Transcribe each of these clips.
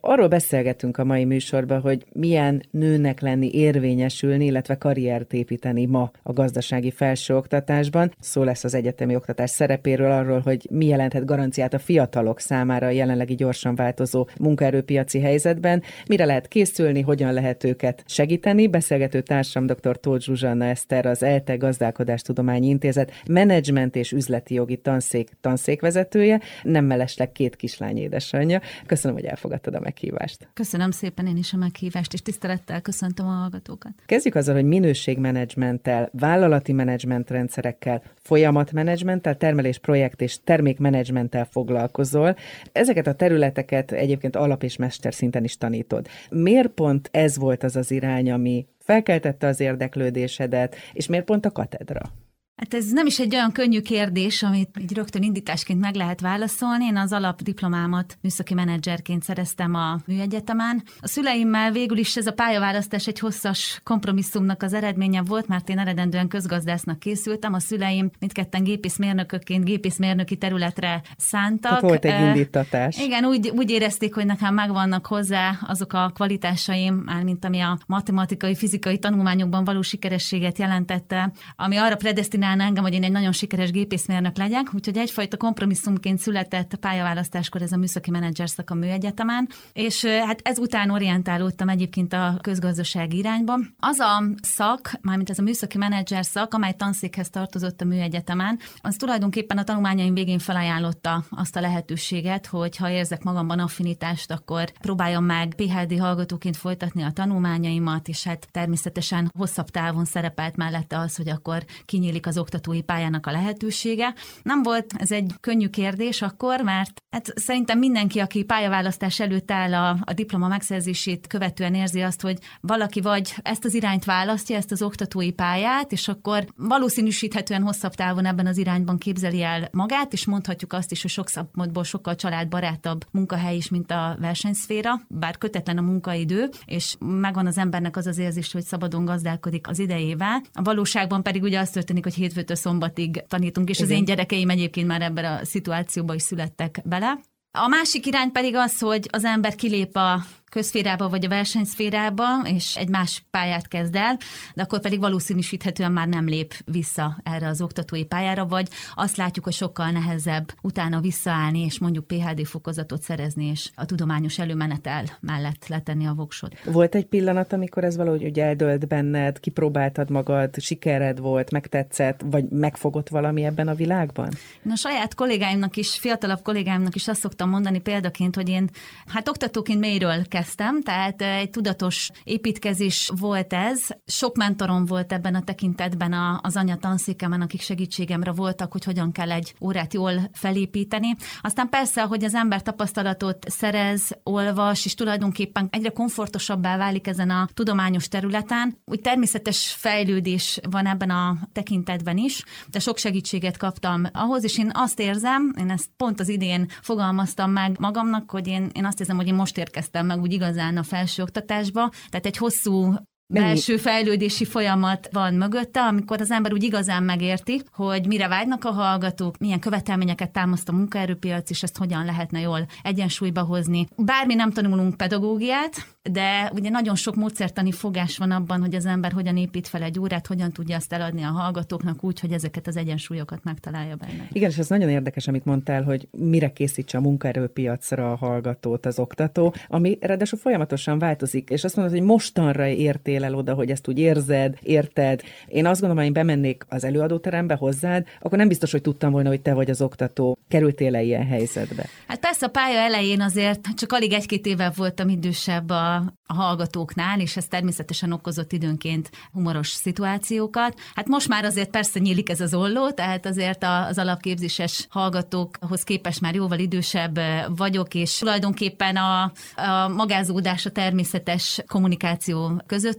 Arról beszélgetünk a mai műsorban, hogy milyen nőnek lenni, érvényesülni, illetve karriert építeni ma a gazdasági felsőoktatásban. Szó lesz az egyetemi oktatás szerepéről, arról, hogy mi jelenthet garanciát a fiatalok számára a jelenlegi gyorsan változó munkaerőpiaci helyzetben, mire lehet készülni, hogyan lehet őket segíteni. Beszélgető társam dr. Tóth Zsuzsanna Eszter, az ELTE Gazdálkodástudományi Intézet menedzsment és üzleti jogi tanszékvezetője, nem mellesleg 2 kislány édesanyja. Köszönöm, hogy elfogadtad a meghívást. Köszönöm szépen én is a meghívást, és tisztelettel köszöntöm a hallgatókat. Kezdjük azzal, hogy minőségmenedzsmenttel, vállalati menedzsmentrendszerekkel, folyamatmenedzsmenttel, termelés, projekt és termékmenedzsmenttel foglalkozol. Ezeket a területeket egyébként alap- és mesterszinten is tanítod. Miért pont ez volt az az irány, ami felkeltette az érdeklődésedet, és miért pont a katedra? Hát ez nem is egy olyan könnyű kérdés, amit így rögtön indításként meg lehet válaszolni. Én az alapdiplomámat műszaki menedzserként szereztem a Műegyetemen. A szüleimmel végül is ez a pályaválasztás egy hosszas kompromisszumnak az eredménye volt, mert én eredendően közgazdásznak készültem. A szüleim mindketten gépészmérnökökként gépészmérnöki területre szántak. Tehát volt egy indítatás. Igen, úgy érezték, hogy nekem megvannak hozzá azok a kvalitásaim, mármint ami a matematikai, fizikai tanulmányokban való sikerességet jelentette, ami arra predesztinál engem, hogy én egy nagyon sikeres gépészmérnök legyek, úgyhogy egyfajta kompromisszumként született pályaválasztáskor ez a műszaki menedzser szak a Műegyetemen, és hát ezután orientálódtam egyébként a közgazdasági irányba. Az a szak, mármint ez a műszaki menedzser szak, amely tanszékhez tartozott a Műegyetemen, az tulajdonképpen a tanulmányaim végén felajánlotta azt a lehetőséget, hogy ha érzek magamban affinitást, akkor próbáljam meg PhD hallgatóként folytatni a tanulmányaimat, és hát természetesen hosszabb távon szerepelt mellette az, hogy akkor kinyílik az oktatói pályának a lehetősége. Nem volt ez egy könnyű kérdés akkor, mert hát szerintem mindenki, aki pályaválasztás előtt áll a diploma megszerzését követően érzi azt, hogy valaki vagy ezt az irányt választja, ezt az oktatói pályát, és akkor valószínűsíthetően hosszabb távon ebben az irányban képzeli el magát, és mondhatjuk azt is, hogy sok szempontból sokkal családbarátabb munkahely is, mint a versenyszféra, bár kötetlen a munkaidő, és megvan az embernek az az érzés, hogy szabadon gazdálkodik az idejével. A valóságban pedig ugye az történik, hogy hétfőtől szombatig tanítunk, és igen, az én gyerekeim egyébként már ebben a szituációban is születtek bele. A másik irány pedig az, hogy az ember kilép a közszférába vagy a versenyszférába, és egy más pályát kezd el, de akkor pedig valószínűsíthetően már nem lép vissza erre az oktatói pályára, vagy azt látjuk, hogy sokkal nehezebb utána visszaállni, és mondjuk PhD fokozatot szerezni, és a tudományos előmenetel mellett letenni a voksot. Volt egy pillanat, amikor ez valahogy ugye eldőlt benned, kipróbáltad magad, sikered volt, megtetszett, vagy megfogott valami ebben a világban? Én a saját kollégáimnak is, fiatalabb kollégáimnak is azt szoktam mondani példaként, hogy én hát oktatóként mélyről kezdtem, tehát egy tudatos építkezés volt ez. Sok mentorom volt ebben a tekintetben az anyatanszékemen, akik segítségemre voltak, hogy hogyan kell egy órát jól felépíteni. Aztán persze, hogy az ember tapasztalatot szerez, olvas, és tulajdonképpen egyre komfortosabbá válik ezen a tudományos területen. Úgy természetes fejlődés van ebben a tekintetben is, de sok segítséget kaptam ahhoz, és én azt érzem, én ezt pont az idén fogalmaztam meg magamnak, hogy én azt érzem, hogy én most érkeztem meg úgy igazán a felsőoktatásba, tehát egy hosszú belső fejlődési folyamat van mögötte, amikor az ember úgy igazán megérti, hogy mire vágynak a hallgatók, milyen követelményeket támaszt a munkaerőpiac, és ezt hogyan lehetne jól egyensúlyba hozni. Bármi nem tanulunk pedagógiát, de ugye nagyon sok módszertani fogás van abban, hogy az ember hogyan épít fel egy órát, hogyan tudja azt eladni a hallgatóknak úgy, hogy ezeket az egyensúlyokat megtalálja benne. Igen, és ez nagyon érdekes, amit mondtál, hogy mire készítse a munkaerőpiacra a hallgatót az oktató, ami ráadásul folyamatosan változik, és azt mondod, hogy mostanra értél el oda, hogy ezt úgy érzed, érted. Én azt gondolom, hogy én bemennék az előadóterembe hozzád, akkor nem biztos, hogy tudtam volna, hogy te vagy az oktató. Kerültél-e ilyen helyzetbe? Hát persze a pálya elején azért csak alig 1-2 éve voltam idősebb a hallgatóknál, és ez természetesen okozott időnként humoros szituációkat. Hát most már azért persze nyílik ez az olló, tehát azért az alapképzéses hallgatókhoz képest már jóval idősebb vagyok, és tulajdonképpen a magázódás a természetes kommunikáció közöttünk.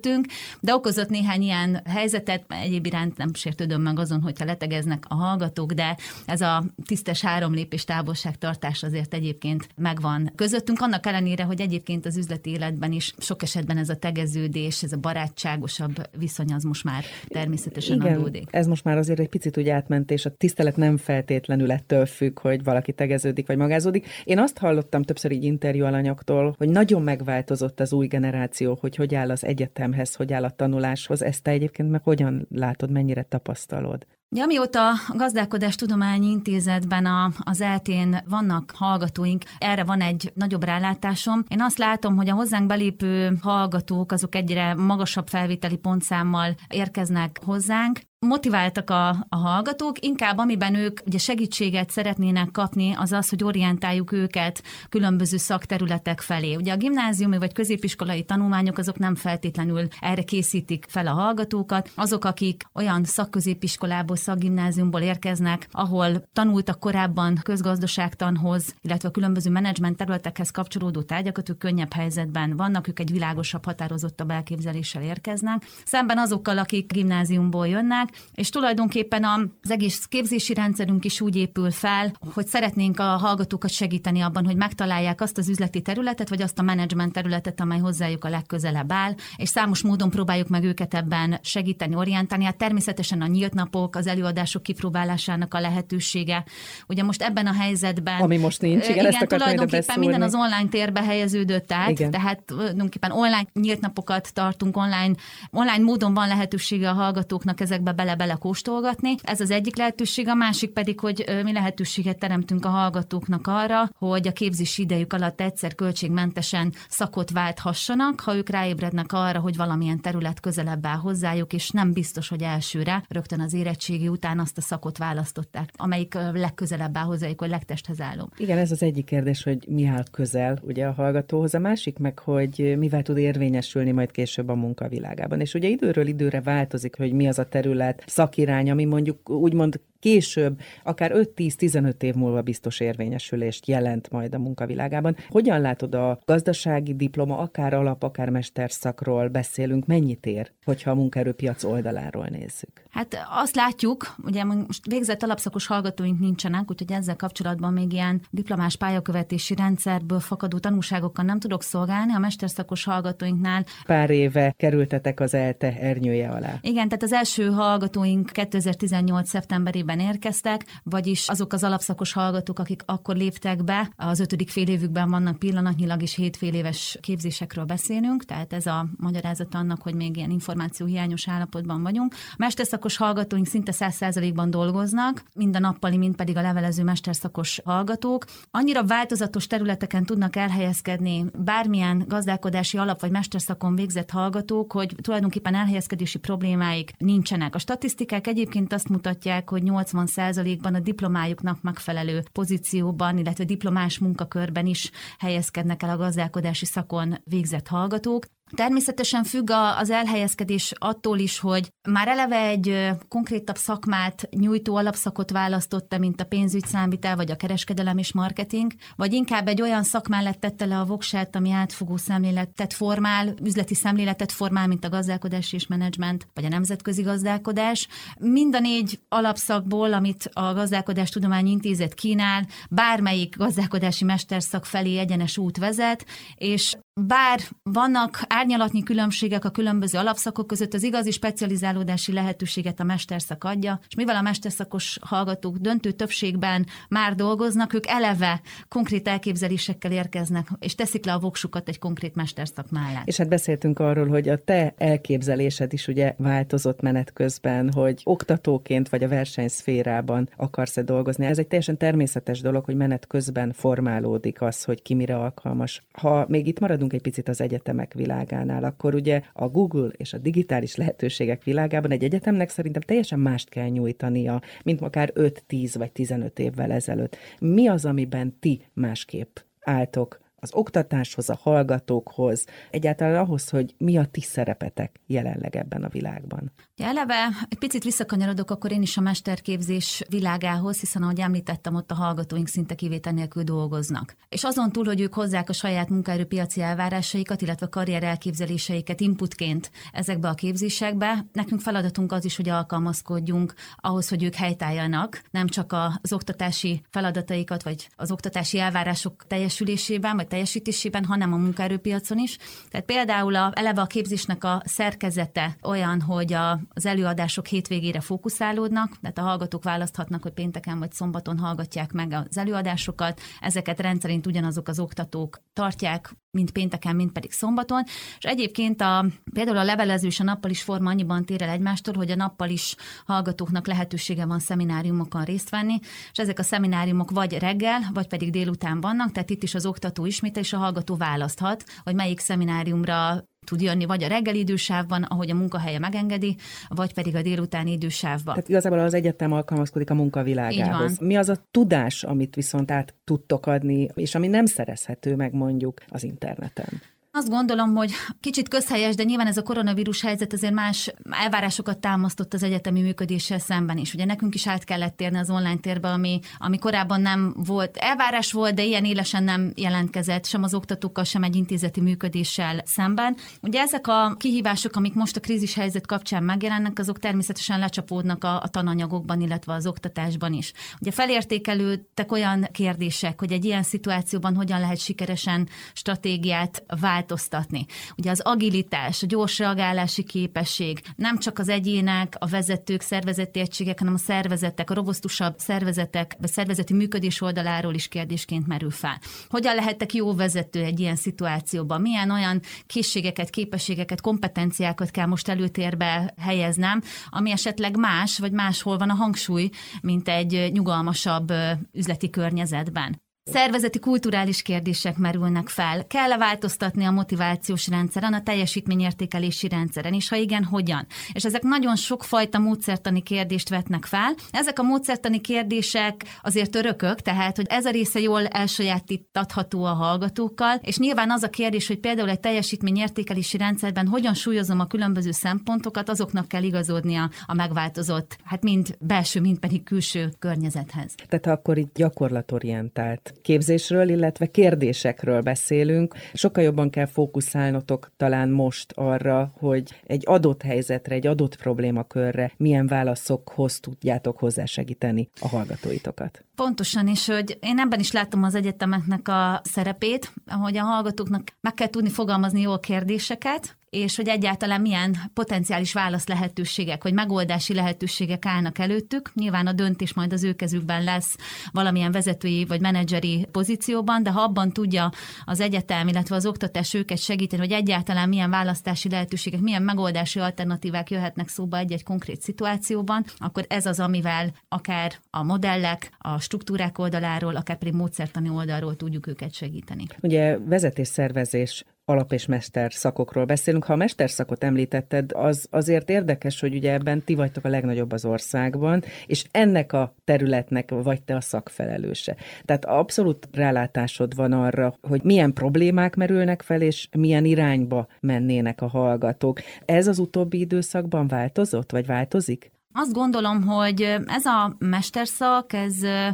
készültünk, de okozott néhány ilyen helyzetet, egyéb iránt nem sértődöm meg azon, hogyha letegeznek a hallgatók, de ez a tisztes 3 lépés távolságtartás azért egyébként megvan közöttünk, annak ellenére, hogy egyébként az üzleti életben is sok esetben ez a tegeződés, ez a barátságosabb viszony az most már természetesen adódik. Ez most már azért egy picit úgy átment, és a tisztelet nem feltétlenül ettől függ, hogy valaki tegeződik vagy magázódik. Én azt hallottam többször így interjú alanyoktól, hogy nagyon megváltozott az új generáció, hogy áll az egyetemhez, hogy áll a tanuláshoz. Ezt te egyébként meg hogyan látod, mennyire tapasztalod? Ja, amióta a Gazdálkodástudományi Intézetben az ELTÉn vannak hallgatóink, erre van egy nagyobb rálátásom. Én azt látom, hogy a hozzánk belépő hallgatók azok egyre magasabb felvételi pontszámmal érkeznek hozzánk. Motiváltak a hallgatók, inkább amiben ők ugye segítséget szeretnének kapni, az az, hogy orientáljuk őket különböző szakterületek felé. Ugye a gimnáziumi vagy középiskolai tanulmányok azok nem feltétlenül erre készítik fel a hallgatókat. Azok, akik olyan szakközépiskolából, szakgimnáziumból érkeznek, ahol tanultak korábban közgazdaságtanhoz, illetve a különböző menedzsment területekhez kapcsolódó tárgyakat, ők könnyebb helyzetben vannak, ők egy világosabb, határozottabb elképzeléssel érkeznek. Szemben azokkal, akik gimnáziumból jönnek, és tulajdonképpen az egész képzési rendszerünk is úgy épül fel, hogy szeretnénk a hallgatókat segíteni abban, hogy megtalálják azt az üzleti területet, vagy azt a menedzsment területet, amely hozzájuk a legközelebb áll, és számos módon próbáljuk meg őket ebben segíteni, orientálni. Hát természetesen a nyílt napok, az előadások kipróbálásának a lehetősége. Ugye most ebben a helyzetben... Ami most nincs, igen, tulajdonképpen minden az online térbe helyeződött át, igen. Tehát tulajdonképpen online nyílt napokat tartunk, online módon van lehetősége a hallgatóknak ezekbe bele kóstolgatni. Ez az egyik lehetőség, a másik pedig, hogy mi lehetőséget teremtünk a hallgatóknak arra, hogy a képzési idejük alatt egyszer költségmentesen szakot válthassanak, ha ők ráébrednek arra, hogy valamilyen terület közelebb áll hozzájuk, és nem biztos, hogy elsőre, rögtön az érettségi után azt a szakot választották, amelyik legközelebb áll hozzájuk, vagy legtesthez álló. Igen, ez az egyik kérdés, hogy mi áll közel ugye a hallgatóhoz, a másik meg, hogy mivel tud érvényesülni majd később a munkavilágában. És ugye időről időre változik, hogy mi az a terület, szakirány, ami mondjuk úgymond később, akár 5-10-15 év múlva biztos érvényesülést jelent majd a munkavilágában. Hogyan látod a gazdasági diploma, akár alap, akár mesterszakról beszélünk, mennyit ér, hogyha a munkaerőpiac oldaláról nézzük? Hát azt látjuk, ugye most végzett alapszakos hallgatóink nincsenek, úgyhogy ezzel kapcsolatban még ilyen diplomás pályakövetési rendszerből fakadó tanulságokkal nem tudok szolgálni. A mesterszakos hallgatóinknál pár éve kerültetek az ELTE ernyője alá. Igen, tehát az első hallgatóink 2018. szeptemberében érkeztek, vagyis azok az alapszakos hallgatók, akik akkor léptek be, az 5. fél évükben vannak pillanatnyilag is 7 fél éves képzésekről beszélünk, tehát ez a magyarázat annak, hogy még ilyen információhiányos állapotban vagyunk. A mesterszakos hallgatóink szinte 100%-ban dolgoznak, mind a nappali, mind pedig a levelező mesterszakos hallgatók. Annyira változatos területeken tudnak elhelyezkedni bármilyen gazdálkodási alap vagy mesterszakon végzett hallgatók, hogy tulajdonképpen elhelyezkedési problémáik nincsenek. A statisztikák egyébként azt mutatják, hogy 80%-ban a diplomájuknak megfelelő pozícióban, illetve diplomás munkakörben is helyezkednek el a gazdálkodási szakon végzett hallgatók. Természetesen függ az elhelyezkedés attól is, hogy már eleve egy konkrétabb szakmát nyújtó alapszakot választotta, mint a pénzügyszámvitel vagy a kereskedelem és marketing, vagy inkább egy olyan szak mellett tette le a voksát, ami átfogó szemléletet formál, üzleti szemléletet formál, mint a gazdálkodás és menedzsment, vagy a nemzetközi gazdálkodás. Mind a 4 alapszakból, amit a Gazdálkodástudományi Intézet kínál, bármelyik gazdálkodási mesterszak felé egyenes út vezet, és bár vannak árnyalatnyi különbségek a különböző alapszakok között, az igazi specializálódási lehetőséget a mesterszak adja, és mivel a mesterszakos hallgatók döntő többségben már dolgoznak, ők eleve konkrét elképzelésekkel érkeznek, és teszik le a voksukat egy konkrét mesterszak mellett. És hát beszéltünk arról, hogy a te elképzelésed is ugye változott menet közben, hogy oktatóként vagy a versenyszférában akarsz-e dolgozni. Ez egy teljesen természetes dolog, hogy menet közben formálódik az, hogy ki mire alkalmas. Ha még itt maradunk egy picit az egyetemek világánál, akkor ugye a Google és a digitális lehetőségek világában egy egyetemnek szerintem teljesen mást kell nyújtania, mint akár 5, 10 vagy 15 évvel ezelőtt. Mi az, amiben ti másképp álltok az oktatáshoz, a hallgatókhoz, egyáltalán ahhoz, hogy mi a ti szerepetek jelenleg ebben a világban? Eleve egy picit visszakanyarodok akkor én is a mesterképzés világához, hiszen ahogy említettem, ott a hallgatóink szinte kivétel nélkül dolgoznak. És azon túl, hogy ők hozzák a saját munkaerőpiaci elvárásaikat, illetve karrier elképzeléseiket inputként ezekbe a képzésekbe, nekünk feladatunk az is, hogy alkalmazkodjunk ahhoz, hogy ők helytálljanak, nem csak az oktatási feladataikat, vagy az oktatási elvárások teljesülésében, vagy teljesítésében, hanem a munkaerőpiacon is. Tehát például eleve a képzésnek a szerkezete olyan, hogy az előadások hétvégére fókuszálódnak, tehát a hallgatók választhatnak, hogy pénteken vagy szombaton hallgatják meg az előadásokat, ezeket rendszerint ugyanazok az oktatók tartják, mint pénteken, mint pedig szombaton. És egyébként például a levelező és a nappalis forma annyiban tér el egymástól, hogy a nappalis hallgatóknak lehetősége van szemináriumokon részt venni, és ezek a szemináriumok vagy reggel, vagy pedig délután vannak, tehát itt is az oktató ismétel, és a hallgató választhat, hogy melyik szemináriumra tud jönni, vagy a reggeli idősávban, ahogy a munkahelye megengedi, vagy pedig a délutáni idősávban. Tehát igazából az egyetem alkalmazkodik a munkavilágához. Mi az a tudás, amit viszont át tudtok adni, és ami nem szerezhető meg mondjuk az interneten? Azt gondolom, hogy kicsit közhelyes, de nyilván ez a koronavírus helyzet azért más elvárásokat támasztott az egyetemi működéssel szemben is. Ugye nekünk is át kellett térni az online térbe, ami korábban nem volt, elvárás volt, de ilyen élesen nem jelentkezett sem az oktatókkal, sem egy intézeti működéssel szemben. Ugye ezek a kihívások, amik most a krízis helyzet kapcsán megjelennek, azok természetesen lecsapódnak a tananyagokban, illetve az oktatásban is. Ugye felértékelődtek olyan kérdések, hogy egy ilyen szituációban hogyan lehet sikeresen stratégiát változtatni. Ugye az agilitás, a gyors reagálási képesség nem csak az egyének, a vezetők, szervezeti egységek, hanem a szervezetek, a robusztusabb szervezetek, vagy szervezeti működés oldaláról is kérdésként merül fel. Hogyan lehettek jó vezető egy ilyen szituációban? Milyen olyan készségeket, képességeket, kompetenciákat kell most előtérbe helyeznem, ami esetleg más, vagy máshol van a hangsúly, mint egy nyugalmasabb üzleti környezetben. Szervezeti kulturális kérdések merülnek fel. Kell-e változtatni a motivációs rendszeren, a teljesítményértékelési rendszeren, és ha igen, hogyan? És ezek nagyon sokfajta módszertani kérdést vetnek fel. Ezek a módszertani kérdések azért örökök, tehát hogy ez a része jól elsajátítatható a hallgatókkal, és nyilván az a kérdés, hogy például egy teljesítményértékelési rendszerben hogyan súlyozom a különböző szempontokat, azoknak kell igazodnia a megváltozott, mind belső, mind pedig külső környezethez. Tehát akkor itt gyakorlatorientált képzésről, illetve kérdésekről beszélünk. Sokkal jobban kell fókuszálnotok talán most arra, hogy egy adott helyzetre, egy adott problémakörre milyen válaszokhoz tudjátok hozzásegíteni a hallgatóitokat. Pontosan, és hogy én ebben is látom az egyetemeknek a szerepét, hogy a hallgatóknak meg kell tudni fogalmazni jól kérdéseket, és hogy egyáltalán milyen potenciális válasz lehetőségek, vagy megoldási lehetőségek állnak előttük. Nyilván a döntés majd az ő kezükben lesz valamilyen vezetői vagy menedzseri pozícióban, de ha abban tudja az egyetem, illetve az oktatás őket segíteni, hogy egyáltalán milyen választási lehetőségek, milyen megoldási alternatívák jöhetnek szóba egy-egy konkrét szituációban, akkor ez az, amivel akár a modellek, a struktúrák oldaláról, akár pedig módszertani oldalról tudjuk őket segíteni. Ugye vezetésszervezés, alap- és mester szakokról beszélünk. Ha a mesterszakot említetted, az azért érdekes, hogy ugye ebben ti vagytok a legnagyobb az országban, és ennek a területnek vagy te a szakfelelőse. Tehát abszolút rálátásod van arra, hogy milyen problémák merülnek fel, és milyen irányba mennének a hallgatók. Ez az utóbbi időszakban változott, vagy változik? Azt gondolom, hogy ez a mesterszak, ez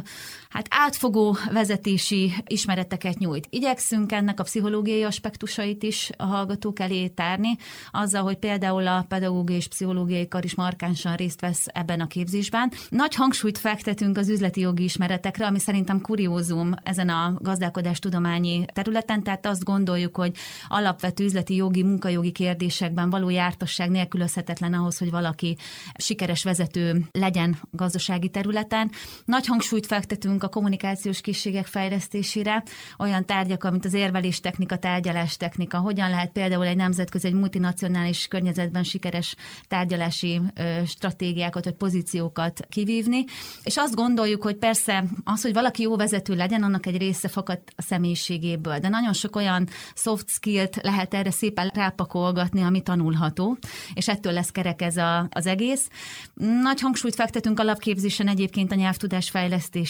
átfogó vezetési ismereteket nyújt. Igyekszünk ennek a pszichológiai aspektusait is a hallgatók elé tárni, azzal, hogy például a pedagógiai és pszichológiai kar is markánsan részt vesz ebben a képzésben. Nagy hangsúlyt fektetünk az üzleti jogi ismeretekre, ami szerintem kuriózum ezen a gazdálkodástudományi területen, tehát azt gondoljuk, hogy alapvető üzleti jogi, munkajogi kérdésekben való jártasság nélkülözhetetlen ahhoz, hogy valaki sikeres vezető legyen gazdasági területen. Nagy hangsúlyt fektetünk a kommunikációs készségek fejlesztésére, olyan tárgyak, mint az érveléstechnika, tárgyalástechnika, hogyan lehet például egy nemzetközi, egy multinacionális környezetben sikeres tárgyalási stratégiákat vagy pozíciókat kivívni. És azt gondoljuk, hogy persze az, hogy valaki jó vezető legyen, annak egy része fakad a személyiségéből, de nagyon sok olyan soft skillt lehet erre szépen rápakolgatni, ami tanulható, és ettől lesz kerek ez az egész. Nagy hangsúlyt fektetünk alapképzésen egyébként a nyelvtudás fejlesztésére.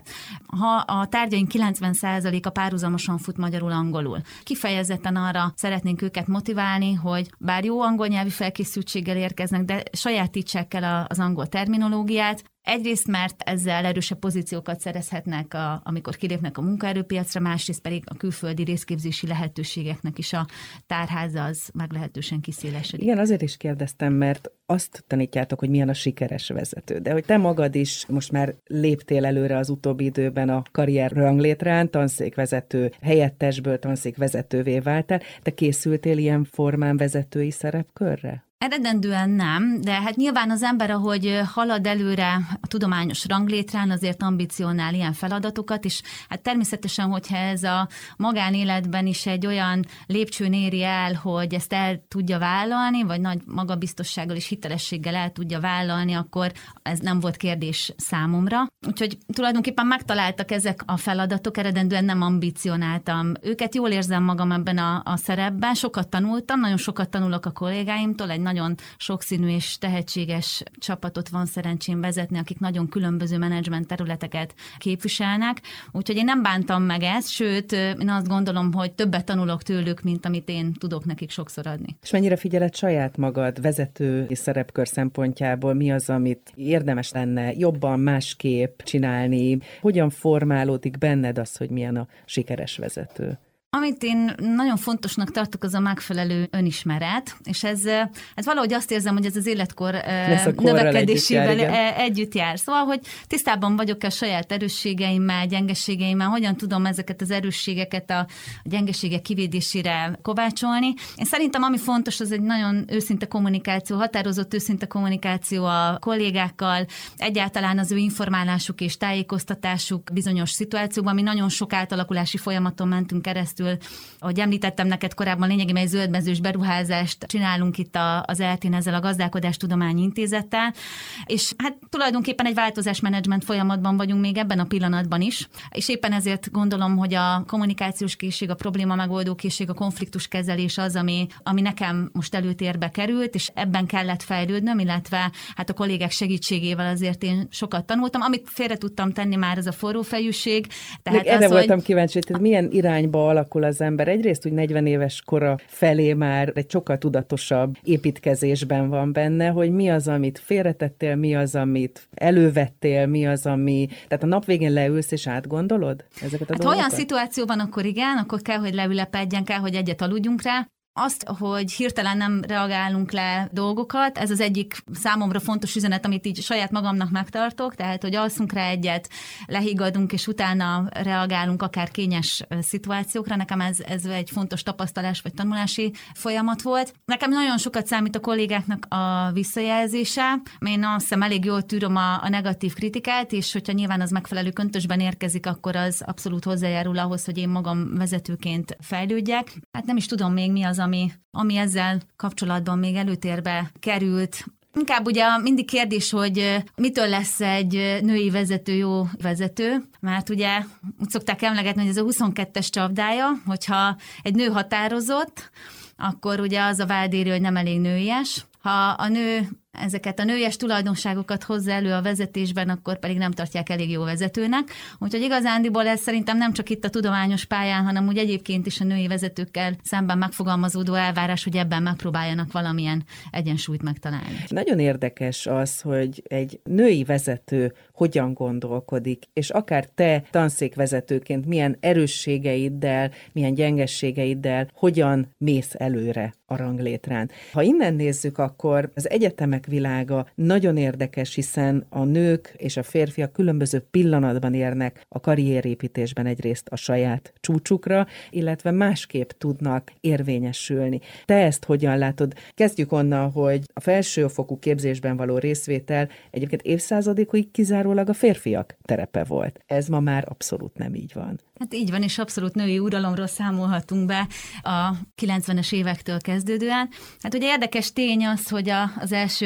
Ha a tárgyaink 90%-a párhuzamosan fut magyarul-angolul. Kifejezetten arra szeretnénk őket motiválni, hogy bár jó angol nyelvi felkészültséggel érkeznek, de sajátítsák el az angol terminológiát. Egyrészt, mert ezzel erősebb pozíciókat szerezhetnek, amikor kilépnek a munkaerőpiacra, másrészt pedig a külföldi részképzési lehetőségeknek is a tárháza az meglehetősen kiszélesedik. Igen, azért is kérdeztem, mert azt tanítjátok, hogy milyen a sikeres vezető, de hogy te magad is most már léptél előre az utóbbi időben a karrier ranglétrán, tanszékvezető helyettesből tanszékvezetővé váltál. Te készültél ilyen formán vezetői szerepkörre? Eredendően nem, de hát nyilván az ember, ahogy halad előre a tudományos ranglétrán, azért ambicionál ilyen feladatokat, és hát természetesen, hogyha ez a magánéletben is egy olyan lépcsőn éri el, hogy ezt el tudja vállalni, vagy nagy magabiztossággal és hitelességgel el tudja vállalni, akkor ez nem volt kérdés számomra. Úgyhogy tulajdonképpen megtaláltak ezek a feladatok, eredendően nem ambicionáltam őket. Jól érzem magam ebben a szerepben, sokat tanultam, nagyon sokat tanulok a kollégáimtól, egy nagyon sokszínű és tehetséges csapatot van szerencsém vezetni, akik nagyon különböző menedzsment területeket képviselnek. Úgyhogy én nem bántam meg ezt, sőt, én azt gondolom, hogy többet tanulok tőlük, mint amit én tudok nekik sokszor adni. És mennyire figyeled saját magad vezetői szerepkör szempontjából? Mi az, amit érdemes lenne jobban, másképp csinálni? Hogyan formálódik benned az, hogy milyen a sikeres vezető? Amit én nagyon fontosnak tartok, az a megfelelő önismeret, és ez valahogy azt érzem, hogy ez az életkor növekedésével együtt jár. Szóval, hogy tisztában vagyok a saját erősségeimmel, gyengeségeimmel, hogyan tudom ezeket az erősségeket a gyengeségek kivédésére kovácsolni. Én szerintem, ami fontos, az egy nagyon őszinte kommunikáció, határozott őszinte kommunikáció a kollégákkal, egyáltalán az ő informálásuk és tájékoztatásuk bizonyos szituációkban, mi nagyon sok átalakulási folyamaton mentünk keresztül. Ahogy említettem neked korábban, lényegében egy zöldmezős beruházást csinálunk itt az ELTE-n ezzel a Gazdálkodástudományi Intézettel, és hát tulajdonképpen egy változásmenedzsment folyamatban vagyunk még ebben a pillanatban is, és éppen ezért gondolom, hogy a kommunikációs készség, a probléma megoldó készség, a konfliktuskezelés az, ami nekem most előtérbe került, és ebben kellett fejlődnöm, illetve hát a kollégák segítségével azért én sokat tanultam. Amit félre tudtam tenni már, az a forrófejűség. Tehát erre voltam kíváncsi, hogy milyen irányba alakul az ember. Egyrészt úgy 40 éves kora felé már egy sokkal tudatosabb építkezésben van benne, hogy mi az, amit félretettél, mi az, amit elővettél, mi az, ami... Tehát a nap végén leülsz és átgondolod ezeket a dolgokat? Olyan szituációban akkor igen, akkor kell, hogy leülepedjen, kell, hogy egyet aludjunk rá. Azt, hogy hirtelen nem reagálunk le dolgokat, ez az egyik számomra fontos üzenet, amit így saját magamnak megtartok, tehát, hogy alszunk rá egyet, lehiggadunk, és utána reagálunk akár kényes szituációkra. Nekem ez egy fontos tapasztalás vagy tanulási folyamat volt. Nekem nagyon sokat számít a kollégáknak a visszajelzése. Én azt hiszem elég jól tűröm a negatív kritikát, és hogyha nyilván az megfelelő köntösben érkezik, akkor az abszolút hozzájárul ahhoz, hogy én magam vezetőként fejlődjek. Hát nem is tudom még mi az, ami ezzel kapcsolatban még előtérbe került. Inkább ugye mindig kérdés, hogy mitől lesz egy női vezető jó vezető, mert ugye úgy szokták emlegetni, hogy ez a 22-es csapdája, hogyha egy nő határozott, akkor ugye az a vád éri, hogy nem elég nőies. Ha a nő ezeket a nőies tulajdonságokat hozza elő a vezetésben, akkor pedig nem tartják elég jó vezetőnek. Úgyhogy igazándiból ez szerintem nem csak itt a tudományos pályán, hanem úgy egyébként is a női vezetőkkel szemben megfogalmazódó elvárás, hogy ebben megpróbáljanak valamilyen egyensúlyt megtalálni. Nagyon érdekes az, hogy egy női vezető hogyan gondolkodik, és akár te tanszékvezetőként milyen erősségeiddel, milyen gyengességeiddel hogyan mész előre a ranglétrán. Ha innen nézzük, akkor az egyetemek világa nagyon érdekes, hiszen a nők és a férfiak különböző pillanatban érnek a karrierépítésben egyrészt a saját csúcsukra, illetve másképp tudnak érvényesülni. Te ezt hogyan látod? Kezdjük onnan, hogy a felsőfokú képzésben való részvétel egyébként évszázadokig kizárólag a férfiak terepe volt. Ez ma már abszolút nem így van. Hát így van, és abszolút női uralomról számolhatunk be a 90-es évektől kezdődően. Hát ugye érdekes tény az, hogy az első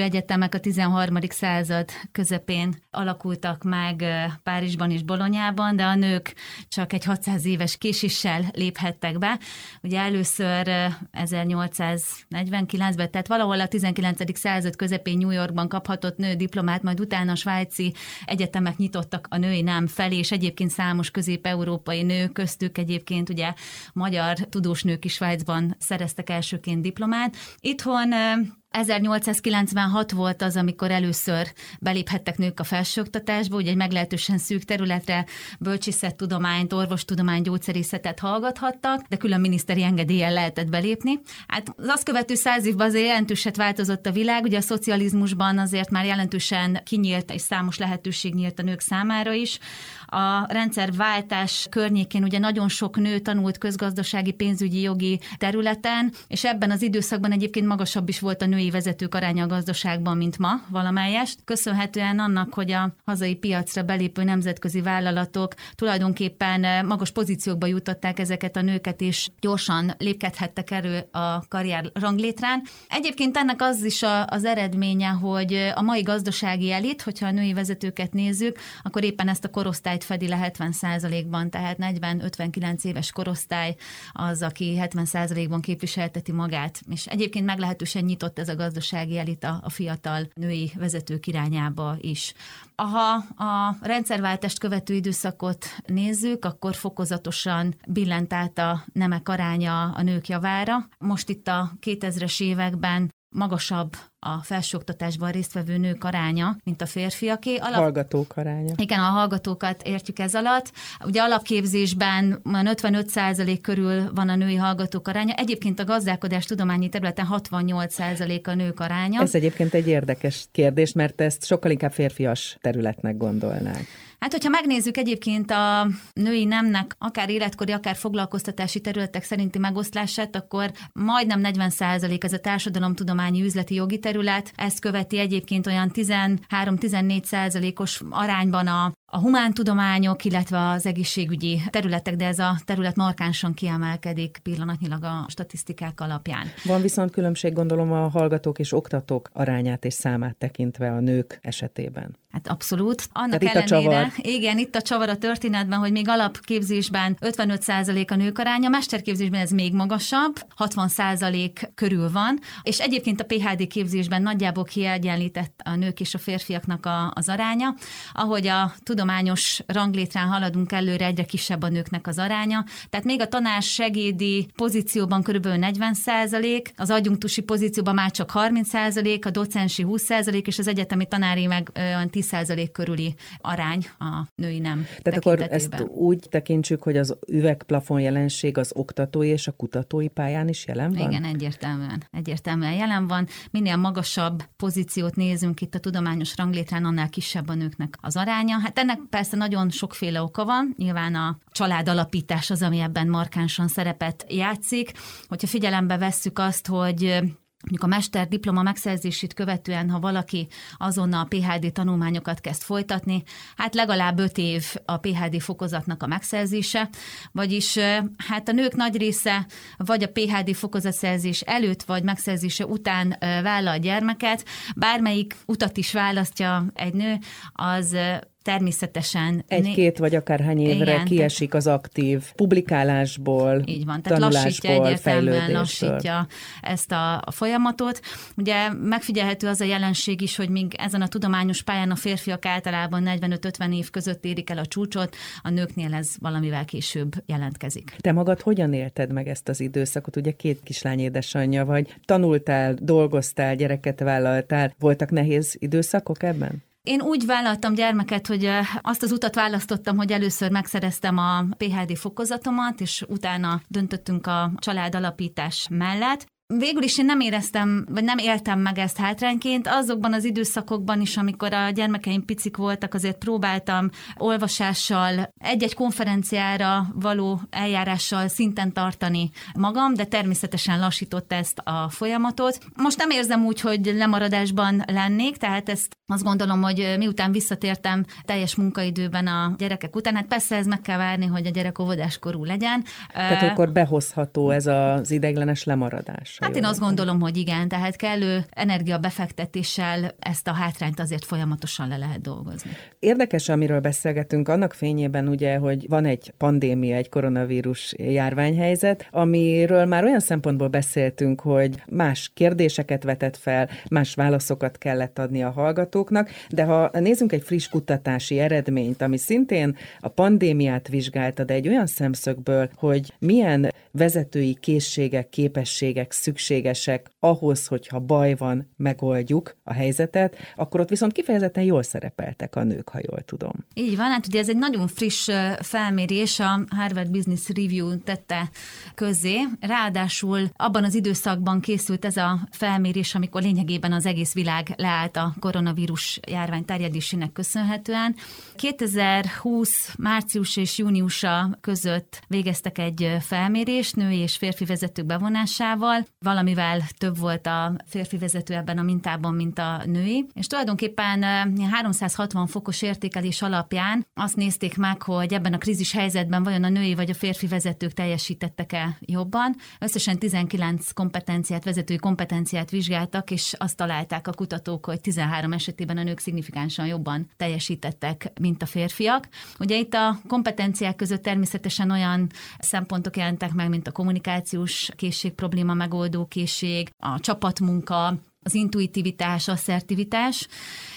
nőegyetemek a 13. század közepén alakultak meg Párizsban és Bolonyában, de a nők csak egy 600 éves késéssel léphettek be. Ugye először 1849-ben, tehát valahol a 19. század közepén New Yorkban kaphatott nő diplomát, majd utána a svájci egyetemek nyitottak a női nem felé, és egyébként számos közép-európai nő, köztük egyébként ugye magyar tudós nők is Svájcban szereztek elsőként diplomát. Itthon 1896 volt az, amikor először beléphettek nők a felsőoktatásba, ugye egy meglehetősen szűk területre bölcsészettudományt, orvostudományt, gyógyszerészetet hallgathattak, de külön miniszteri engedéllyel lehetett belépni. Hát az azt követő 100 évben azért jelentőset változott a világ, ugye a szocializmusban azért már jelentősen kinyílt és számos lehetőség nyílt a nők számára is. A rendszerváltás környékén ugye nagyon sok nő tanult közgazdasági, pénzügyi, jogi területen, és ebben az időszakban egyébként magasabb is volt a női vezetők aránya a gazdaságban, mint ma valamelyest. Köszönhetően annak, hogy a hazai piacra belépő nemzetközi vállalatok tulajdonképpen magas pozíciókba jutották ezeket a nőket, és gyorsan lépkedhettek elő a karrier ranglétrán. Egyébként ennek az is az eredménye, hogy a mai gazdasági elit, hogyha a női vezetőket nézzük, akkor éppen ezt a korosztályt fedi le 70%-ban, tehát 40-59 éves korosztály az, aki 70%-ban képviselteti magát. És egyébként meglehetősen nyitott ez a gazdasági elit a fiatal női vezetők irányába is. Ha a rendszerváltást követő időszakot nézzük, akkor fokozatosan billent át a nemek aránya a nők javára. Most itt a 2000-es években magasabb a felsőoktatásban résztvevő nők aránya, mint a férfiaké. Hallgatók aránya. Igen, a hallgatókat értjük ez alatt. Ugye alapképzésben 55% körül van a női hallgatók aránya. Egyébként a gazdálkodás tudományi területen 68% a nők aránya. Ez egyébként egy érdekes kérdés, mert ezt sokkal inkább férfias területnek gondolnák. Hát, hogyha megnézzük egyébként a női nemnek akár életkori, akár foglalkoztatási területek szerinti megoszlását, akkor majdnem 40% ez a társadalomtudományi üzleti jogi terület. Ezt követi egyébként olyan 13-14%-os arányban a humántudományok, illetve az egészségügyi területek, de ez a terület markánsan kiemelkedik pillanatnyilag a statisztikák alapján. Van viszont különbség, gondolom, a hallgatók és oktatók arányát és számát tekintve a nők esetében. Hát abszolút. Annak tehát ellenére, igen, itt a csavar a történetben, hogy még alapképzésben 55% a nők aránya, mesterképzésben ez még magasabb, 60% körül van, és egyébként a PhD képzésben nagyjából kiegyenlített a nők és a férfiaknak az aránya. Ahogy a tudományos ranglétrán haladunk előre, egyre kisebb a nőknek az aránya. Tehát még a tanársegédi pozícióban körülbelül 40%, az adjunktusi pozícióban már csak 30%, a docensi 20%, és az egyetemi tanári meg 10% körüli arány a női nem. Tehát akkor ezt úgy tekintsük, hogy az üvegplafon jelenség az oktatói és a kutatói pályán is jelen van? Igen, egyértelműen jelen van. Minél magasabb pozíciót nézünk itt a tudományos ranglétrán, annál kisebb a nőknek az aránya. Hát ennek persze nagyon sokféle oka van. Nyilván a családalapítás az, ami ebben markánsan szerepet játszik. Hogyha figyelembe vesszük azt, hogy mondjuk a mesterdiploma megszerzését követően, ha valaki azonnal a PhD tanulmányokat kezd folytatni, hát legalább 5 év a PhD fokozatnak a megszerzése, vagyis hát a nők nagy része vagy a PhD fokozatszerzés előtt, vagy megszerzése után vállal gyermeket, bármelyik utat is választja egy nő, az természetesen 1-2 vagy akárhány évre kiesik az aktív publikálásból, így van, tehát tanulásból, fejlődésből. Lassítja ezt a folyamatot. Ugye megfigyelhető az a jelenség is, hogy míg ezen a tudományos pályán a férfiak általában 45-50 év között érik el a csúcsot, a nőknél ez valamivel később jelentkezik. Te magad hogyan élted meg ezt az időszakot? Ugye 2 kislány édesanyja vagy, tanultál, dolgoztál, gyereket vállaltál, voltak nehéz időszakok ebben? Én úgy vállaltam gyermeket, hogy azt az utat választottam, hogy először megszereztem a PhD fokozatomat, és utána döntöttünk a családalapítás mellett. Végül is én nem éreztem, vagy nem éltem meg ezt hátrányként. Azokban az időszakokban is, amikor a gyermekeim picik voltak, azért próbáltam olvasással, egy-egy konferenciára való eljárással szinten tartani magam, de természetesen lassított ezt a folyamatot. Most nem érzem úgy, hogy lemaradásban lennék, tehát ezt Azt gondolom, hogy miután visszatértem teljes munkaidőben a gyerekek után, hát persze ez meg kell várni, hogy a gyerek óvodáskorú legyen. Tehát akkor behozható ez az ideiglenes lemaradás. Hát én azt gondolom, hogy igen, tehát kellő energiabefektetéssel ezt a hátrányt azért folyamatosan le lehet dolgozni. Érdekes, amiről beszélgetünk, annak fényében ugye, hogy van egy pandémia, egy koronavírus járványhelyzet, amiről már olyan szempontból beszéltünk, hogy más kérdéseket vetett fel, más válaszokat kellett adni a hallgatóknak, de ha nézzünk egy friss kutatási eredményt, ami szintén a pandémiát vizsgálta, de egy olyan szemszögből, hogy milyen vezetői készségek, képességek szükségesek ahhoz, hogyha baj van, megoldjuk a helyzetet, akkor ott viszont kifejezetten jól szerepeltek a nők, ha jól tudom. Így van, hát ugye ez egy nagyon friss felmérés, a Harvard Business Review tette közzé. Ráadásul abban az időszakban készült ez a felmérés, amikor lényegében az egész világ leállt a koronavírus járvány terjedésének köszönhetően. 2020 március és júniusa között végeztek egy felmérést női és férfi vezetők bevonásával, valamivel több volt a férfi vezető ebben a mintában, mint a női, és tulajdonképpen 360 fokos értékelés alapján azt nézték meg, hogy ebben a krízis helyzetben vajon a női vagy a férfi vezetők teljesítettek-e jobban. Összesen 19 kompetenciát, vezetői kompetenciát vizsgáltak, és azt találták a kutatók, hogy 13 esetében a nők szignifikánsan jobban teljesítettek, mint a férfiak. Ugye itt a kompetenciák között természetesen olyan szempontok jelentek meg, mint a kommunikációs készség, probléma megoldó készség, a csapatmunka, az intuitivitás, asszertivitás,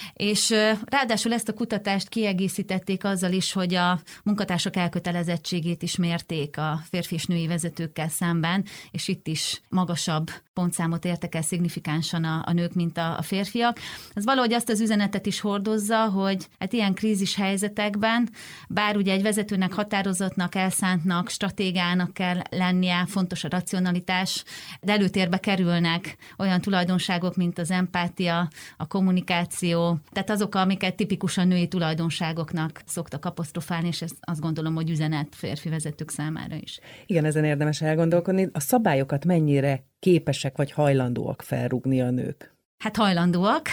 és ráadásul ezt a kutatást kiegészítették azzal is, hogy a munkatársak elkötelezettségét is mérték a férfi és női vezetőkkel szemben, és itt is magasabb pontszámot értek el szignifikánsan a nők, mint a férfiak. Ez valahogy azt az üzenetet is hordozza, hogy hát ilyen krízis helyzetekben, bár ugye egy vezetőnek határozottnak, elszántnak, stratégának kell lennie, fontos a racionalitás, de előtérbe kerülnek olyan tulajdonságok, mint az empátia, a kommunikáció, tehát azok, amiket tipikusan női tulajdonságoknak szoktak apostrofálni, és ezt azt gondolom, hogy üzenet férfi vezetők számára is. Igen, ezen érdemes elgondolkodni. A szabályokat mennyire képesek vagy hajlandóak felrúgni a nők? Hát hajlandóak.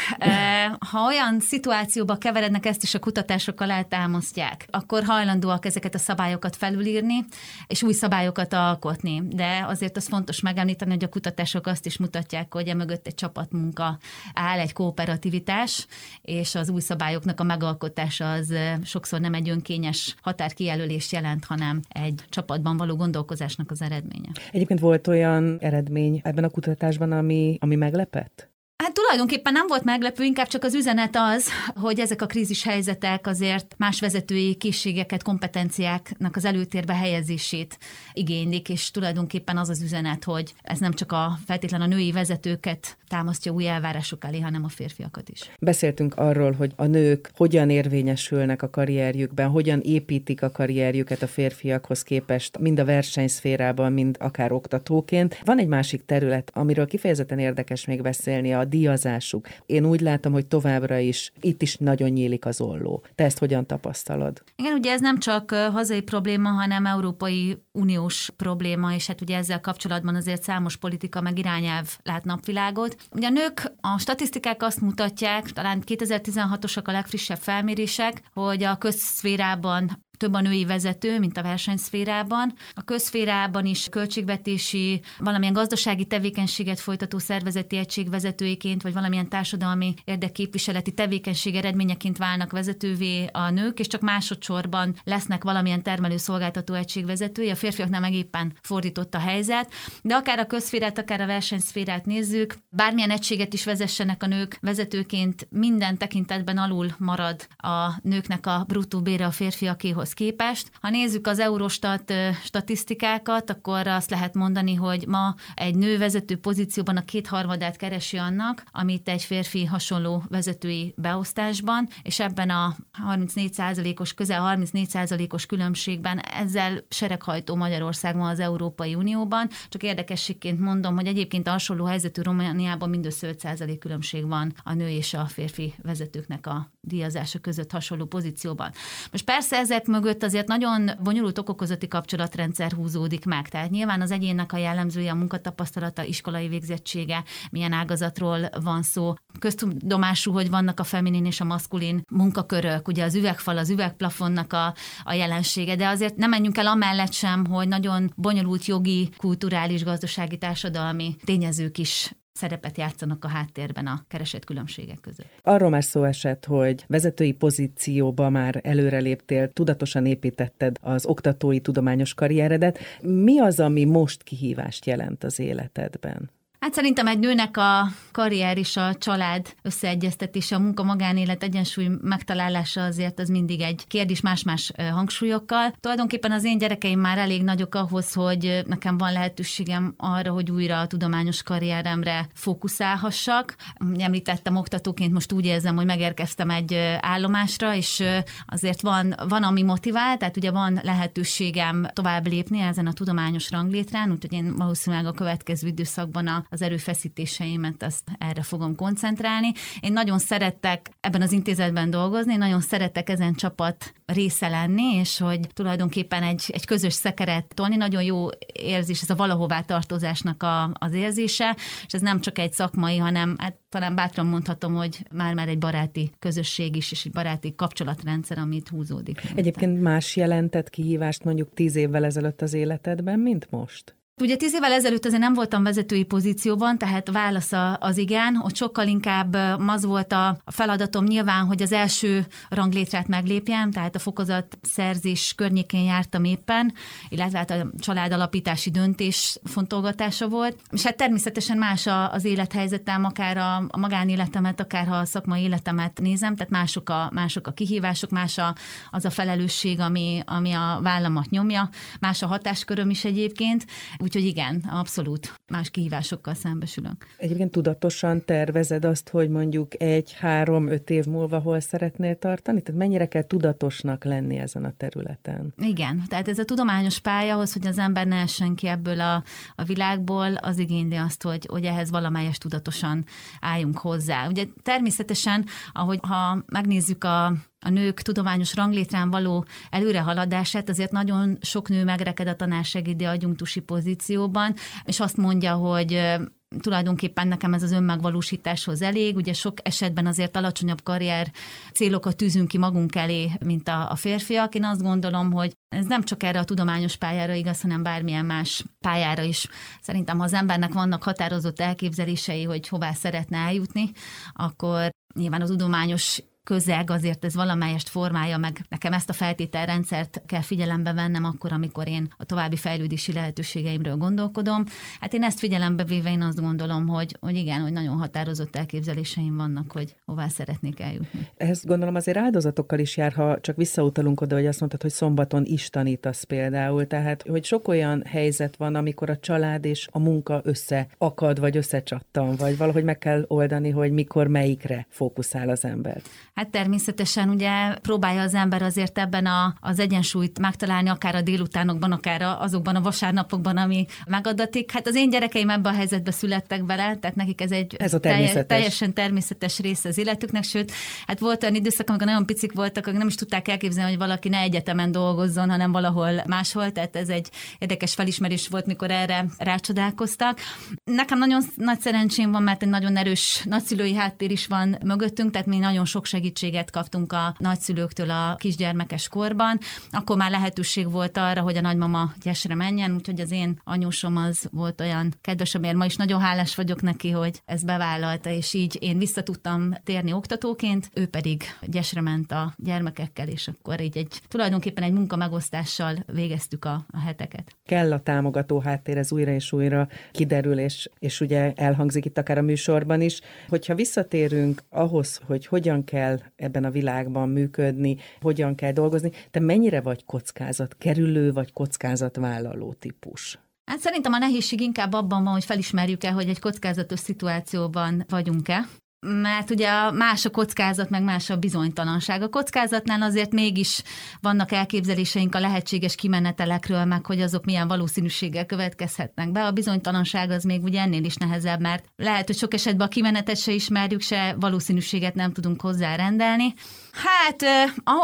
Ha olyan szituációba keverednek, ezt is a kutatások alá támasztják, akkor hajlandóak ezeket a szabályokat felülírni, és új szabályokat alkotni. De azért az fontos megemlíteni, hogy a kutatások azt is mutatják, hogy emögött egy csapatmunka áll, egy kooperativitás, és az új szabályoknak a megalkotása az sokszor nem egy önkényes határkijelölést jelent, hanem egy csapatban való gondolkozásnak az eredménye. Egyébként volt olyan eredmény ebben a kutatásban, ami meglepett? Hát tulajdonképpen nem volt meglepő, inkább csak az üzenet az, hogy ezek a krízis helyzetek azért más vezetői készségeket, kompetenciáknak az előtérbe helyezését igénylik, és tulajdonképpen az az üzenet, hogy ez nem csak feltétlen a női vezetőket támasztja új elvárások elé, hanem a férfiakat is. Beszéltünk arról, hogy a nők hogyan érvényesülnek a karrierjükben, hogyan építik a karrierjüket a férfiakhoz képest, mind a versenyszférában, mind akár oktatóként. Van egy másik terület, amiről kifejezetten érdekes még beszélni, a díjazásuk. Én úgy látom, hogy továbbra is itt is nagyon nyílik az olló. Te ezt hogyan tapasztalod? Igen, ugye ez nem csak hazai probléma, hanem Európai Uniós probléma, és hát ugye ezzel kapcsolatban azért számos politika meg irányelv lát napvilágot. Ugye a nők, a statisztikák azt mutatják, talán 2016-osak a legfrissebb felmérések, hogy a közszférában több a női vezető, mint a versenyszférában. A közszférában is költségvetési, valamilyen gazdasági tevékenységet folytató szervezeti egység vezetőiként, vagy valamilyen társadalmi érdekképviseleti tevékenység eredményeként válnak vezetővé a nők, és csak másodszorban lesznek valamilyen termelőszolgáltató egység vezetői. A férfiaknál meg éppen fordított a helyzet. De akár a közszférát, akár a versenyszférát nézzük, bármilyen egységet is vezessenek a nők vezetőként, minden tekintetben alul marad a nőknek a bruttó bére a férfiakéhoz képest. Ha nézzük az Eurostat statisztikákat, akkor azt lehet mondani, hogy ma egy nő vezető pozícióban a 2/3 keresi annak, amit egy férfi hasonló vezetői beosztásban, és ebben a 34%-os, közel 34%-os különbségben ezzel sereghajtó Magyarország van az Európai Unióban. Csak érdekességként mondom, hogy egyébként a hasonló helyzetű Romániában mindössze 5% különbség van a nő és a férfi vezetőknek a díjazása között hasonló pozícióban. Most persze ezek mögött azért nagyon bonyolult ok-okozati kapcsolatrendszer húzódik meg. Tehát nyilván az egyénnek a jellemzője, a munkatapasztalata, iskolai végzettsége, milyen ágazatról van szó. Köztudomású, hogy vannak a feminin és a maszkulin munkakörök, ugye az üvegfal, az üvegplafonnak a jelensége, de azért nem menjünk el amellett sem, hogy nagyon bonyolult jogi, kulturális, gazdasági, társadalmi tényezők is szerepet játszanak a háttérben a keresett különbségek között. Arról már szó esett, hogy vezetői pozícióba már előreléptél, tudatosan építetted az oktatói tudományos karrieredet. Mi az, ami most kihívást jelent az életedben? Hát szerintem egy nőnek a karrier és a család összeegyeztetése, a munka-magánélet egyensúly megtalálása azért az mindig egy kérdés más-más hangsúlyokkal. Tulajdonképpen az én gyerekeim már elég nagyok ahhoz, hogy nekem van lehetőségem arra, hogy újra a tudományos karrieremre fókuszálhassak. Említettem, oktatóként most úgy érzem, hogy megérkeztem egy állomásra, és azért van ami motivál, tehát ugye van lehetőségem tovább lépni ezen a tudományos ranglétrán, úgyhogy én valószínűleg a következő időszakban az erőfeszítéseimet azt erre fogom koncentrálni. Én nagyon szeretek ebben az intézetben dolgozni, én nagyon szeretek ezen csapat része lenni, és hogy tulajdonképpen egy közös szekeret tolni, nagyon jó érzés, ez a valahová tartozásnak az érzése, és ez nem csak egy szakmai, hanem hát talán bátran mondhatom, hogy már egy baráti közösség is, és egy baráti kapcsolatrendszer, amit húzódik. Egyébként más jelentett kihívást mondjuk 10 évvel ezelőtt az életedben, mint most? Ugye 10 évvel ezelőtt azért nem voltam vezetői pozícióban, tehát válasz az igen, ott sokkal inkább az volt a feladatom nyilván, hogy az első ranglétrát meglépjem, tehát a fokozatszerzés környékén jártam éppen, illetve hát a családalapítási döntés fontolgatása volt, és hát természetesen más az élethelyzetem, akár a magánéletemet, akár ha a szakmai életemet nézem, tehát mások a kihívások, más az a felelősség, ami a vállamat nyomja, más a hatásköröm is egyébként. Úgyhogy igen, abszolút más kihívásokkal szembesülök. Egyébként tudatosan tervezed azt, hogy mondjuk 1-3-5 év múlva hol szeretnél tartani? Tehát mennyire kell tudatosnak lenni ezen a területen? Igen, tehát ez a tudományos pályahoz, hogy az ember ne essen ki ebből a világból, az igényli azt, hogy ehhez valamelyest tudatosan álljunk hozzá. Ugye természetesen, ha megnézzük a nők tudományos ranglétrán való előrehaladását, azért nagyon sok nő megreked a tanársegédi adjunktusi pozícióban, és azt mondja, hogy tulajdonképpen nekem ez az önmegvalósításhoz elég, ugye sok esetben azért alacsonyabb karrier célokat tűzünk ki magunk elé, mint a férfiak. Én azt gondolom, hogy ez nem csak erre a tudományos pályára igaz, hanem bármilyen más pályára is. Szerintem, ha az embernek vannak határozott elképzelései, hogy hová szeretne eljutni, akkor nyilván a tudományos közeg azért ez valamelyest formálja meg. Nekem ezt a feltételrendszert kell figyelembe vennem akkor, amikor én a további fejlődési lehetőségeimről gondolkodom. Hát én ezt figyelembe véve én azt gondolom, hogy igen, hogy nagyon határozott elképzeléseim vannak, hogy hová szeretnék eljutni. Ehhez gondolom azért áldozatokkal is jár, ha csak visszautalunk oda, hogy azt mondtad, hogy szombaton is tanítasz például. Tehát, hogy sok olyan helyzet van, amikor a család és a munka összeakad, vagy összecsattan, vagy valahogy meg kell oldani, hogy mikor melyikre fókuszál az ember. Hát természetesen ugye próbálja az ember azért ebben az egyensúlyt megtalálni, akár a délutánokban, akár azokban a vasárnapokban, ami megadatik. Hát az én gyerekeim ebben a helyzetben születtek bele, tehát nekik ez teljesen természetes része az életüknek, sőt, hát volt olyan időszak, amikor nagyon picik voltak, akik nem is tudták elképzelni, hogy valaki ne egyetemen dolgozzon, hanem valahol máshol, tehát ez egy érdekes felismerés volt, mikor erre rácsodálkoztak. Nekem nagyon nagy szerencsém van, mert egy nagyon erős nagyszülői háttér is van mögöttünk, tehát mi nagyon sok segítséget kaptunk a nagyszülőktől a kisgyermekes korban. Akkor már lehetőség volt arra, hogy a nagymama gyesre menjen, úgyhogy az én anyósom az volt olyan kedves, amiért ma is nagyon hálás vagyok neki, hogy ezt bevállalta, és így én vissza tudtam térni oktatóként, ő pedig gyesre ment a gyermekekkel, és akkor így tulajdonképpen egy munkamegosztással végeztük a heteket. Kell a támogató háttér, ez újra és újra kiderül, és ugye elhangzik itt akár a műsorban is, hogyha visszatérünk ahhoz, hogy hogyan kell ebben a világban működni, hogyan kell dolgozni, te mennyire vagy kockázatkerülő, vagy kockázatvállaló típus? Hát szerintem a nehézség inkább abban van, hogy felismerjük-e, hogy egy kockázatos szituációban vagyunk-e. Mert ugye más a kockázat, meg más a bizonytalanság. A kockázatnál azért mégis vannak elképzeléseink a lehetséges kimenetelekről, meg hogy azok milyen valószínűséggel következhetnek be. A bizonytalanság az még ugye ennél is nehezebb, mert lehet, hogy sok esetben a kimenetet se ismerjük, se valószínűséget nem tudunk hozzárendelni. Hát, ahogy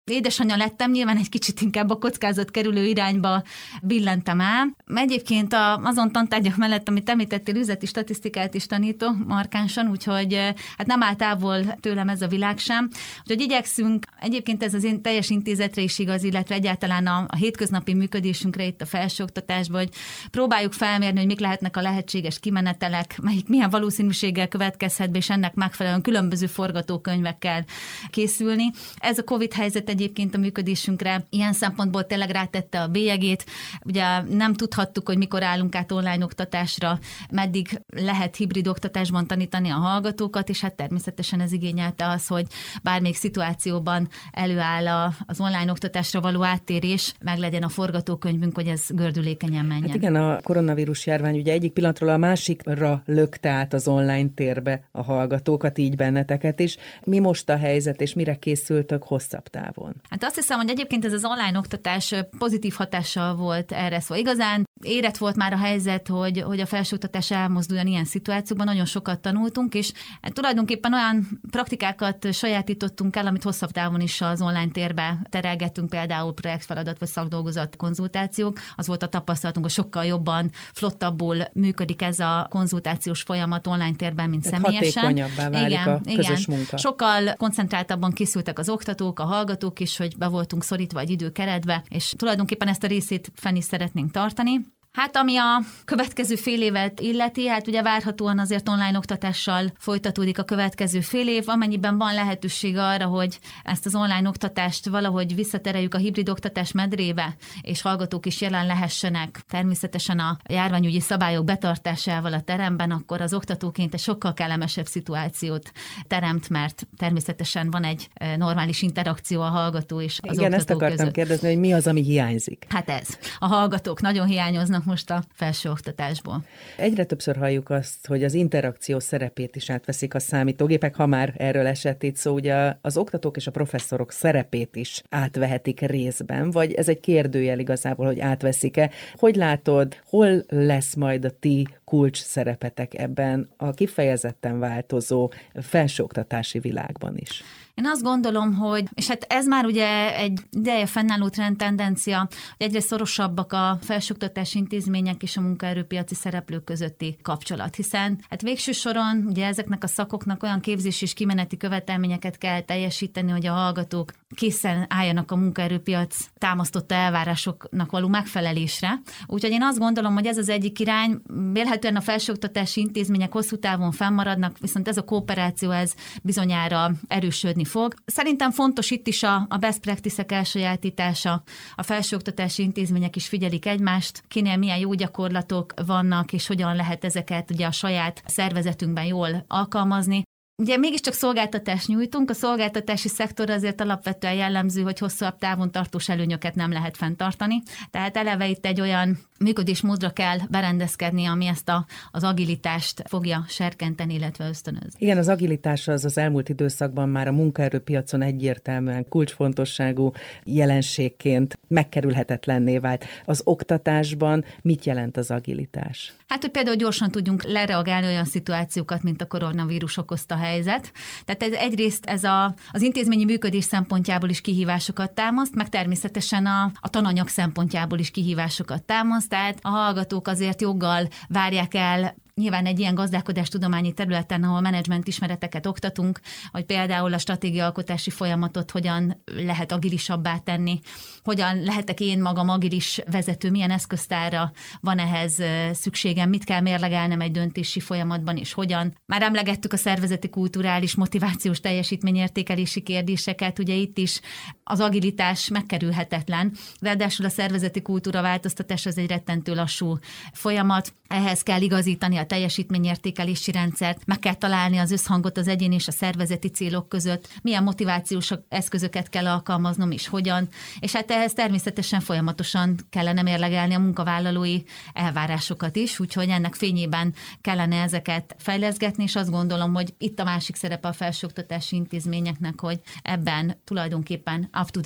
édesanyja lettem, nyilván egy kicsit inkább a kockázatkerülő irányba billentem el. Egyébként azon tantárgyak mellett, amit említettél, üzleti statisztikát is tanítok markánsan, úgyhogy hát nem áll távol tőlem ez a világ sem. Úgyhogy igyekszünk, egyébként ez az én teljes intézetre is igaz, illetve egyáltalán a hétköznapi működésünkre itt a felsőoktatásban, hogy próbáljuk felmérni, hogy mik lehetnek a lehetséges kimenetelek, milyen valószínűséggel következhet be, és ennek megfelelően különböző forgatókönyvekkel készülni. Ez a Covid helyzet egyébként a működésünkre ilyen szempontból tényleg rátette a bélyegét. Ugye nem tudhattuk, hogy mikor állunk át online oktatásra, meddig lehet hibrid oktatásban tanítani a hallgatókat, és hát természetesen ez igényelte az, hogy bármelyik szituációban előáll az online oktatásra való áttérés, meg legyen a forgatókönyvünk, hogy ez gördülékenyen menjen. Hát igen, a koronavírus járvány ugye egyik pillanatról a másikra lökte át az online térbe a hallgatókat, így benneteket is. Mi most a helyzet, és mire készültök hosszabb távon? Hát azt hiszem, hogy egyébként ez az online oktatás pozitív hatással volt erre, szóval igazán érett volt már a helyzet, hogy a felsőoktatás elmozduljon ilyen szituációban, nagyon sokat tanultunk, és hát tulajdonképpen olyan praktikákat sajátítottunk el, amit hosszabb távon is az online térbe terelgettünk, például projektfeladat vagy szakdolgozat konzultációk. Az volt a tapasztalatunk, hogy sokkal jobban, flottabbul működik ez a konzultációs folyamat online térben, mint személyesen. Hatékonyabbá válik a közös munka. Sokkal koncentráltabban készültek az oktatók, a hallgatók is, hogy be voltunk szorítva egy időkeretbe, és tulajdonképpen ezt a részét fenn is szeretnénk tartani. Hát ami a következő fél évet illeti, hát ugye várhatóan azért online oktatással folytatódik a következő fél év, amennyiben van lehetőség arra, hogy ezt az online oktatást valahogy visszatereljük a hibrid oktatás medrébe, és hallgatók is jelen lehessenek, természetesen a járványügyi szabályok betartásával a teremben, akkor az oktatóként egy sokkal kellemesebb szituációt teremt, mert természetesen van egy normális interakció a hallgató és az igen, oktató ezt akartam között. kérdezni, hogy mi az, ami hiányzik? Hát ez. A hallgatók nagyon hiányoznak most a felsőoktatásból. Egyre többször halljuk azt, hogy az interakció szerepét is átveszik a számítógépek, ha már erről esett itt szó, ugye az oktatók és a professzorok szerepét is átvehetik részben, vagy ez egy kérdőjel igazából, hogy átveszik-e? Hogy látod, hol lesz majd a ti kulcs szerepetek ebben a kifejezetten változó felsőoktatási világban is? Én azt gondolom, hogy, és hát ez már ugye egy ideje fennálló trendtendencia, hogy egyre szorosabbak a felsőoktatási intézmények és a munkaerőpiaci szereplők közötti kapcsolat, hiszen hát végső soron ugye ezeknek a szakoknak olyan képzés és kimeneti követelményeket kell teljesíteni, hogy a hallgatók készen álljanak a munkaerőpiac támasztotta elvárásoknak való megfelelésre. Úgyhogy én azt gondolom, hogy ez az egyik irány, vélhetően a felsőoktatási intézmények hosszú távon fennmaradnak, viszont ez a kooperáció ez bizonyára erősödni fog. Szerintem fontos itt is a best practice-ek elsajátítása. A felsőoktatási intézmények is figyelik egymást, kinél milyen jó gyakorlatok vannak, és hogyan lehet ezeket ugye a saját szervezetünkben jól alkalmazni. Ugye mégiscsak szolgáltatást nyújtunk, a szolgáltatási szektor azért alapvetően jellemző, hogy hosszabb távon tartós előnyöket nem lehet fenntartani. Tehát eleve itt egy olyan működésmódra kell berendezkedni, ami ezt az agilitást fogja serkenteni, illetve ösztönözni. Igen, az agilitás az elmúlt időszakban már a munkaerőpiacon egyértelműen kulcsfontosságú jelenségként megkerülhetetlenné vált. Az oktatásban mit jelent az agilitás? Hát, hogy például gyorsan tudjunk lereagálni olyan szituációkat, mint a koronavírus okozta helyzet. Tehát egyrészt ez az intézményi működés szempontjából is kihívásokat támaszt, meg természetesen a tananyag szempontjából is kihívásokat támaszt, tehát a hallgatók azért joggal várják el nyilván egy ilyen gazdálkodástudományi területen, ahol menedzsment ismereteket oktatunk, hogy például a stratégiaalkotási folyamatot hogyan lehet agilisabbá tenni, hogyan lehetek én magam agilis vezető, milyen eszköztárra van ehhez szükségem, mit kell mérlegelnem egy döntési folyamatban, és hogyan. Már emlegettük a szervezeti kulturális motivációs teljesítményértékelési kérdéseket, ugye itt is az agilitás megkerülhetetlen, ráadásul a szervezeti kultúra változtatás az egy rettentő lassú folyamat, ehhez kell igazítani a teljesítményértékelési rendszert, meg kell találni az összhangot az egyén és a szervezeti célok között, milyen motivációs eszközöket kell alkalmaznom és hogyan, és hát ehhez természetesen folyamatosan kellene mérlegelni a munkavállalói elvárásokat is, úgyhogy ennek fényében kellene ezeket fejleszgetni, és azt gondolom, hogy itt a másik szerepe a felsőoktatási intézményeknek, hogy ebben tulajdonképpen up-to-date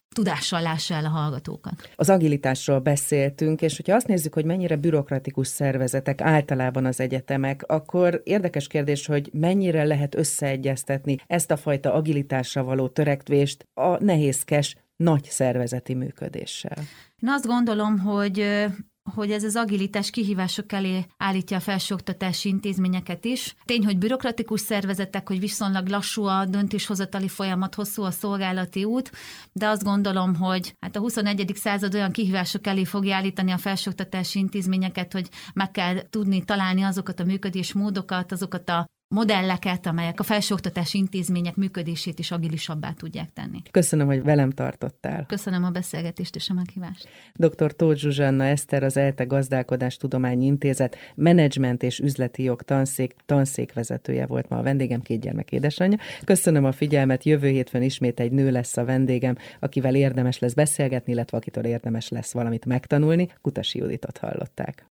tudással lássa el a hallgatókat. Az agilitásról beszéltünk, és hogyha azt nézzük, hogy mennyire bürokratikus szervezetek általában az egyetemek, akkor érdekes kérdés, hogy mennyire lehet összeegyeztetni ezt a fajta agilitásra való törekvést a nehézkes, nagy szervezeti működéssel. Én azt gondolom, hogy ez az agilitás kihívások elé állítja a felsőoktatási intézményeket is. Tény, hogy bürokratikus szervezetek, hogy viszonylag lassú a döntéshozatali folyamat, hosszú a szolgálati út, de azt gondolom, hogy hát a 21. század olyan kihívások elé fogja állítani a felsőoktatási intézményeket, hogy meg kell tudni találni azokat a működésmódokat, azokat a modelleket, amelyek a felsőoktatási intézmények működését is agilisabbá tudják tenni. Köszönöm, hogy velem tartottál. Köszönöm a beszélgetést és a meghívást. Dr. Tóth Zsuzsanna Eszter, az ELTE Gazdálkodástudományi Intézet menedzsment és üzleti jog tanszékvezetője volt ma a vendégem, 2 gyermek édesanyja. Köszönöm a figyelmet, jövő hétfőn ismét egy nő lesz a vendégem, akivel érdemes lesz beszélgetni, illetve akitől érdemes lesz valamit megtanulni. Kutasi Juditot hallották.